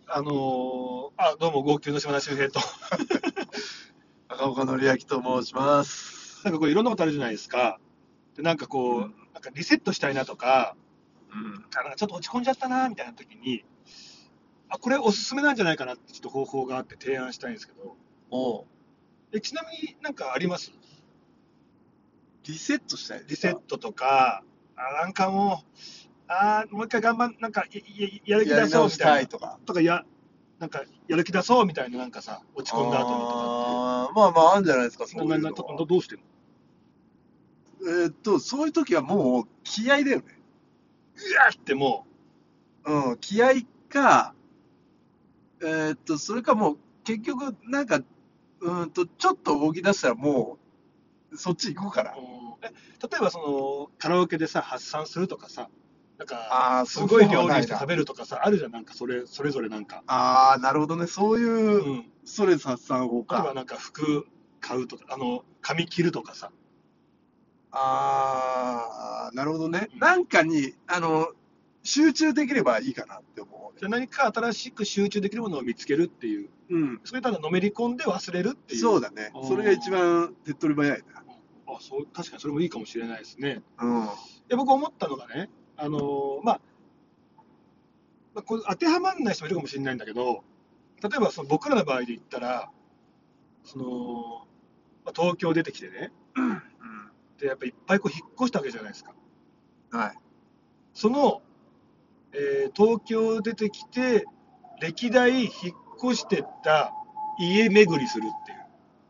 どうも、号泣の島田秀平と。 赤岡典明と申します。 なんかこういろんなことあるじゃないですか。で、なんかこう、なんかリセットしたいなとか、なんかちょっと落ち込んじゃったなみたいな時に、これおすすめなんじゃないかなってちょっと方法があって提案したいんですけど、 おうちなみになんかあります？ リセットしたいでリすか？ セットとか、なんかもう、もう一回頑張ん、なんかやる気出やり直しそうみたいな。 たいとか。 とか、なんかやる気出そうみたいな、なんかさ、落ち込んだ後にとかっていう。 まあまあ、あるんじゃないですか、そういうのは。 どうしてんの？ そういう時はもう気合だよね。 うわっても気合か、それかもう、結局、なんか、ちょっと動き出したらもう、そっち行こうかな。 う、例えばそのカラオケでさ発散するとかさ、なんかすそんなのはごい料理ないな。 して食べるとかさあるじゃん、なんかそれぞれなんか、 なるほどね。そういううん、 ストレス発散法か。 例えばなんか服買うとか、髪切るとかさ、 なるほどね。 うん、 なんかに、集中できればいいかなって思じゃあ何か新しく集中できるものを見つけるっていう、 う。うん。 それただのめり込んで忘れるっていう。 そうだね。それが一番手っ取り早いな。 そう、確かにそれもいいかもしれないですね。 うん。 僕思ったのがね、これ当てはまらない人もいるかもしれないんだけど、例えばその僕らの場合で言ったら、その、東京出てきてね、でやっぱいっぱいこう引っ越したわけじゃないですか。 はい。 その、東京出てきて歴代引っ越してった家巡りするっていう。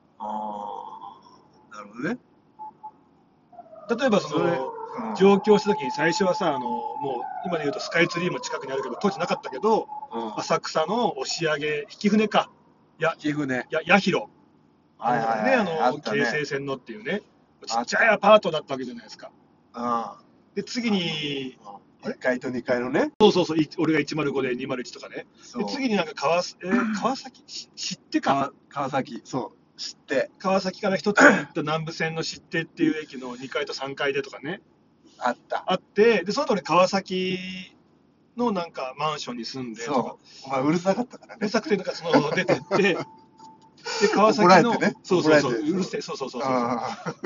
なるほどね。 例えばそそれ、 の上京した時に最初はさ、もう今で言うとスカイツリーも近くにあるけど当時なかったけど、浅草の押上引舟か、 寄付ね。 八広、 はいはいはい。あったね。 京成線のっていうね、ちっちゃいアパートだったわけじゃないですか。で次に 1階と2階のね。 そうそうそう、俺が105で201とかね。で次になんか川崎、知ってか。 川崎、そう、知って。 川崎から一つ行った南武線の知ってっていう駅の2階と3階でとかね、 あった。 あって、で、その後俺川崎のなんかマンションに住んでとか、 そう。お前うるさかったからね。 うるさくて、なんかその出てって、で、川崎の、 怒られてね。 そうそうそう、 怒られて。 うるせえ、そうそうそうそう。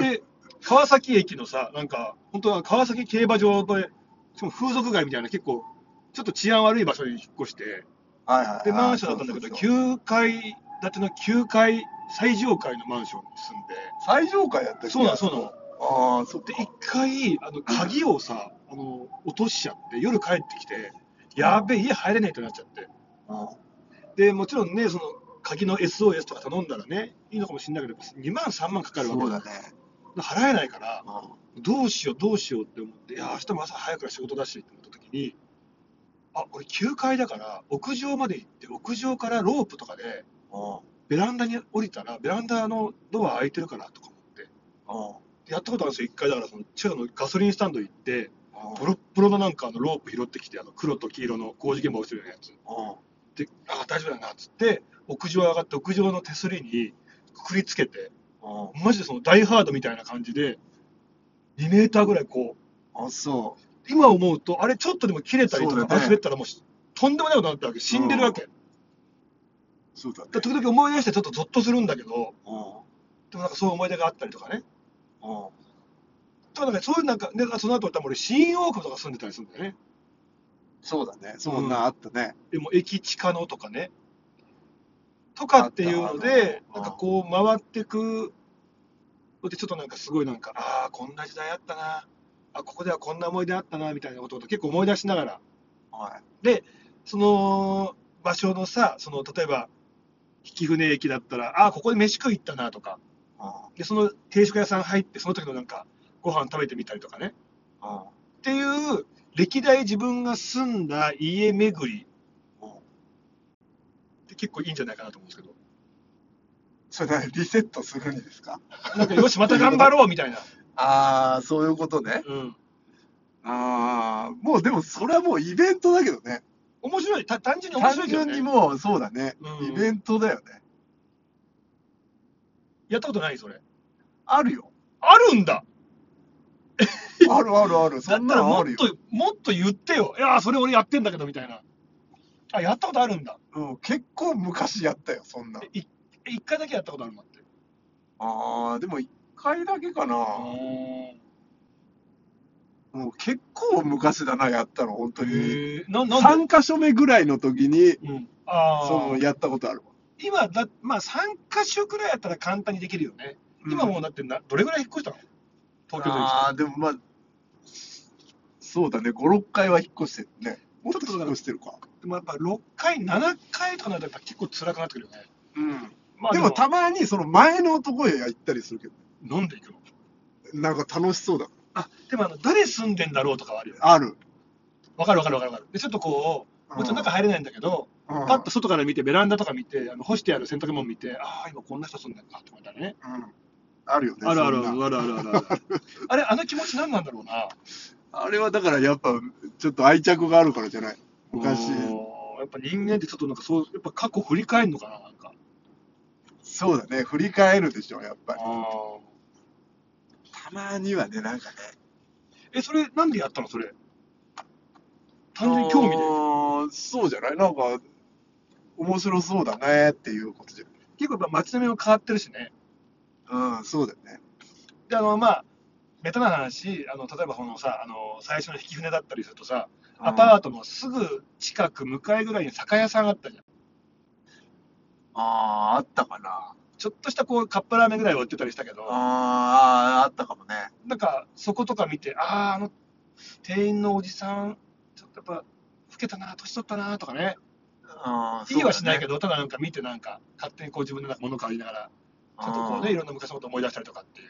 で、川崎駅のさ、なんか、本当は川崎競馬場で、しかも風俗街みたいな結構、ちょっと治安悪い場所に引っ越して、 はいはい。 で、マンションだったんだけど、9階建ての9階最上階のマンションに住んで、 最上階やったっけ？ そうなの、そうなの。 そっで、 か。 一回、鍵をさ、落としちゃって、夜帰ってきて、やべえ、家入れねえってなっちゃって。で、もちろんね、その、鍵の SOS とか頼んだらね、いいのかもしれないけど、2万、3万かかるわけそうだね。 払えないから、どうしよう、どうしようって思って、いや、明日も朝早くから仕事だしって思った時に、俺9階だから、屋上まで行って、屋上からロープとかで、ベランダに降りたら、ベランダのドア開いてるかなとか思って、やったことあるんですよ、1回だから、その近くのガソリンスタンド行って、ボロッボロのなんかロープ拾ってきて、黒と黄色の工事現場落ちてるようなやつ。で、大丈夫だなっつって、屋上上がって、屋上の手すりにくくりつけて、マジでそのダイハードみたいな感じで、2メーターぐらいこう、 そう。 今思うと、あれちょっとでも切れたりとか、滑ったらもう、とんでもないことになったわけ。死んでるわけ。 そうだね。 時々思い出してちょっとゾッとするんだけど、でもなんかそういう思い出があったりとかね。なんかそういうなんか、で、その後多分俺、新大久保とか住んでたりするんだよね。 そうだね。そんなあったね。 でも駅地下のとかね。とかっていうので、なんかこう回ってく、でちょっとなんかすごいなんか、こんな時代あったな。ここではこんな思い出あったな、みたいなことを結構思い出しながら。で、その場所のさ、その例えば、曳舟駅だったら、ここで飯食い行ったなとか、で、その定食屋さん入って、その時のなんか、ご飯食べてみたりとかね。っていう、歴代自分が住んだ家巡りって結構いいんじゃないかなと思うんですけど。 それリセットするにですか？ なんか、よし、また頑張ろうみたいな。 そういうことね。もうでもそれはもうイベントだけどね。 面白い、単純に面白いけどね。 単純にもうそうだね。イベントだよね。 やったことないそれ。 あるよ。 あるんだ。 あるあるある。そんなのあるよ。 もっと言ってよ。いや、それ俺やってんだけどみたいな。 あ、やったことあるんだ。 結構昔やったよ、そんな。 一回だけやったことあるんだって。 でも一回だけかな。 うーん。 もう結構昔だな、やったの、本当に。 へえ、なんで？ 3箇所目ぐらいの時に、 うん。ああ。 やったことあるわ。 今まあ3カ所くらいやったら簡単にできるよね。今もうだってどれぐらい引っ越したの？東京で来た。 でもまあ、そうだね、5、6回は引っ越してるね。もっとちょっとだから引っ越してるか。 でもやっぱ6回、7回とかなるとやっぱ結構辛くなってくるよね。まあでもたまにその前のとこへ行ったりするけど、 なんで行くの？ なんか楽しそうだ。 あ、でも誰住んでんだろうとかはあるよね。 ある。 わかるわかるわかるわかる。で、ちょっとこう、もちろん中入れないんだけど、パッと外から見て、ベランダとか見て、干してある洗濯物見て、ああ、今こんな人住んでんだとかだね。 あるよね。 あるあるあそんなるあるあるある。あれ、あの気持ち何なんだろうな。 あれはだからやっぱちょっと愛着があるからじゃない。昔。 やっぱ人間ってちょっとなんかそう、やっぱ過去振り返るのかな、なんか。 そうだね。振り返るでしょ、やっぱり。 あたまにはね、なんかね。 それ、なんでやったのそれ。単純に興味で。 そうじゃないなんか、面白そうだねっていうことじゃない。 結構やっぱ街並みも変わってるしね。 そうだよね。 で、まあ、ベタな話、例えばこのさ、最初の引き船だったりするとさ、アパートのすぐ近く、向かいぐらいに酒屋さんがあったじゃん。 あったかな。 ちょっとしたこうカップラーメンぐらいは売ってたりしたけど、 あったかもね。 なんかそことか見て、店員のおじさん、ちょっとやっぱ、老けたな、年取ったなとかね、いいはしないけど、ただなんか見て、なんか勝手にこう自分でなんか物買いながら、ちょっとこうね、いろんな昔のこと思い出したりとかっていう。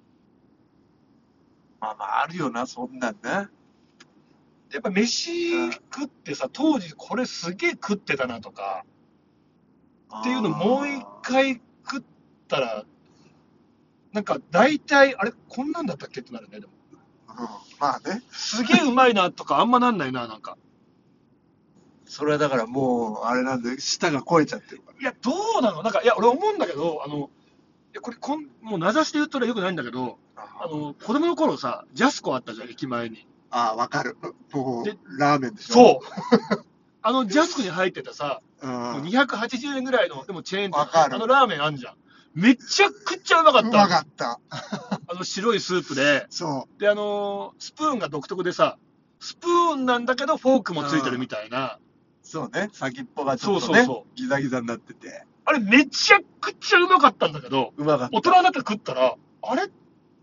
あるよな、そんなんね。 やっぱ飯食ってさ、当時これすげえ食ってたなとか、っていうのもう一回食ったら、なんか大体、あれ、こんなんだったっけってなるね、でも。 まあね。 すげえうまいなとかあんまなんないな、なんか。 それはだからもう、あれなんで、舌が肥えちゃってるから。 いや、どうなのなんか、いや、俺思うんだけど、いやこれもう名指しで言ったらよくないんだけど、子供の頃さ、ジャスコあったじゃん、駅前に。 わかる。もうで、 ラーメンでしょ。 そうジャスコに入ってたさ、もう280円ぐらいの、でもチェーン店、ラーメンあんじゃん。めちゃくちゃうまかった。 うまかった。 白いスープで、 そで、スプーンが独特でさ、スプーンなんだけどフォークもついてるみたいな。 そうね。先っぽがちょっとね、 そうギザギザになってて。 あれめちゃくちゃうまかったんだけど、 うまかった。 大人になって食ったら、あれ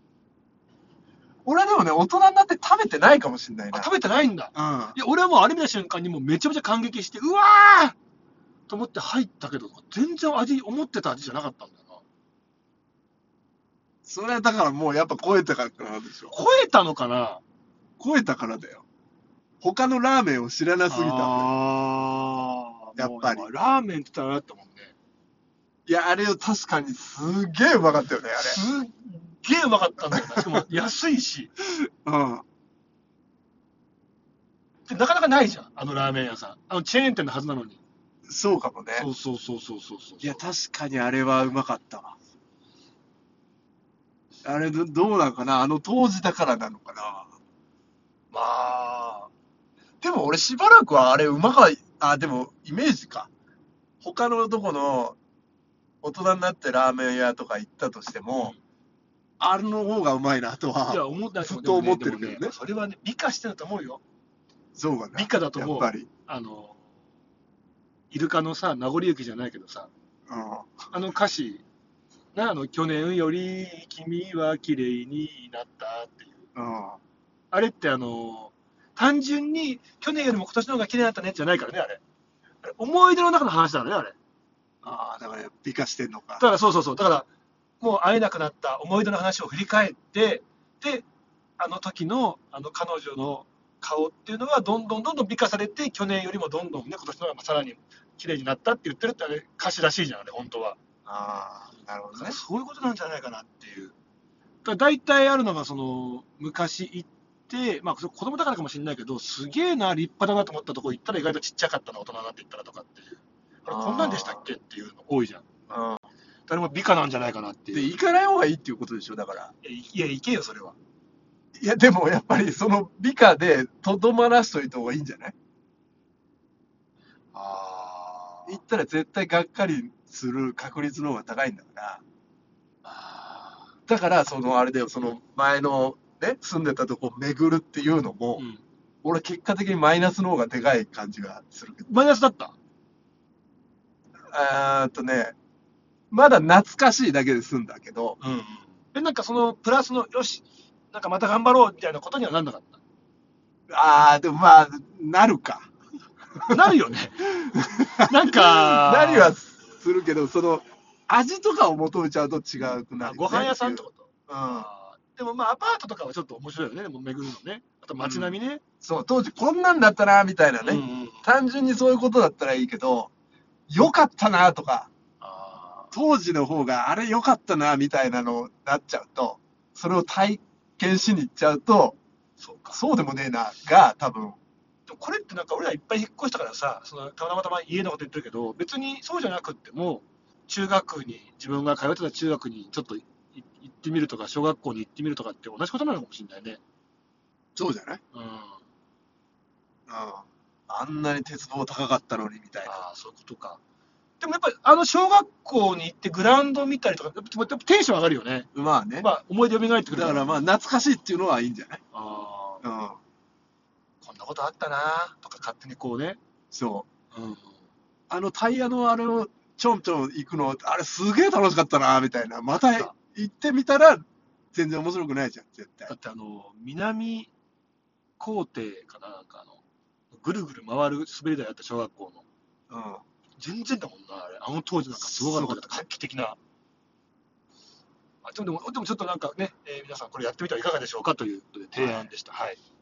俺はでもね、大人になって食べてないかもしれないな。 食べてないんだ。 うん。 いや、俺はもうあれ見た瞬間にもうめちゃめちゃ感激して、うわーと思って入ったけど、全然思ってた味じゃなかったんだよな。 それはだからもうやっぱ超えたからなんでしょ。 超えたのかな？ 超えたからだよ。他のラーメンを知らなすぎたんだよ。やっぱり。 ラーメンって言ったらあったもんね。 いや、あれ確かにすげえうまかったよね、あれ。 すっげえうまかったんだよな。しかも安いし。でなかなかないじゃん、あのラーメン屋さん。チェーン店のはずなのに。 そうかもね。 そう。 いや、確かにあれはうまかったわ。あれどうなんかな当時だからなのかなまあ。 でも俺しばらくはあれうまかでもイメージか。他のとこの大人になってラーメン屋とか行ったとしても、あれの方がうまいなとは、 いや、思ったずっと思ってるけどね。 それはね、美化してると思うよ。 そうかな。 美化だと思う。 やっぱり。 イルカのさ、名残雪じゃないけどさ、歌詞、去年より君は綺麗になったっていう。あれって単純に去年よりも今年の方が綺麗になったねじゃないからね、あれ。思い出の中の話だね、あれ。 だから美化してんのか。 だからそう。だから、もう会えなくなった思い出の話を振り返って、で、あの時の彼女の顔っていうのがどんどん美化されて、去年よりもどんどんね、今年の方がさらに綺麗になったって言ってるってあれ歌詞らしいじゃん、あれ、本当は。 なるほどね。 そういうことなんじゃないかなっていう。だから大体あるのが、昔行って、まあ、子供だからかもしれないけど、すげえな、立派だなと思ったとこ行ったら意外とちっちゃかったな、大人になって行ったらとかっていう。あれ、こんなんでしたっけっていうの多いじゃん。誰も美化なんじゃないかなっていう。 で、行かない方がいいっていうことでしょ、だから。 いや、行けよ、それは。 いや、でもやっぱりその美化でとどまらしといた方がいいんじゃない？ 行ったら絶対がっかりする確率の方が高いんだから、だからそのあれだよ、その前のね、住んでたとこ巡るっていうのも、俺結果的にマイナスの方がでかい感じがするけど。 マイナスだった？ まだ懐かしいだけで済んだけど、 なんかそのプラスの、よし、なんかまた頑張ろうみたいなことにはなんなかった？ でもまあ、なるか。 なるよね。なんか、 なりはするけど、その、味とかを求めちゃうと違くなるよね。 ご飯屋さんってこと？ うん。 でもまあアパートとかはちょっと面白いよね、でも巡るのね。あと街並みね。 そう、当時こんなんだったな、みたいなね。 うん単純にそういうことだったらいいけど、良かったな、とか、当時の方があれ良かったな、みたいなのになっちゃうと、それを体験しに行っちゃうと、そうでもねえな、が多分。 でもこれってなんか俺らいっぱい引っ越したからさ、たまたま家のこと言ってるけど、別にそうじゃなくっても、自分が通ってた中学にちょっと行ってみるとか、小学校に行ってみるとかって同じことなのかもしれないね。 そうじゃない？あんなに鉄道高かったのにみたいな。 そういうことか。でもやっぱり小学校に行ってグラウンド見たりとか、やっぱテンション上がるよね。 まあね。 まあ思い出蘇ってくるだからまあ懐かしいっていうのはいいんじゃない？ こんなことあったなとか勝手にこうね。 そう。タイヤのあれをちょんちょん行くの、あれすげえ楽しかったなみたいな。また行ってみたら全然面白くないじゃん、絶対。 だって南校庭かな、なんかぐるぐる回る滑り台あった小学校の。全然だもんな、あれ。当時なんかすごかった、画期的な。でもちょっとなんかね、皆さんこれやってみてはいかがでしょうかという提案でした。はい。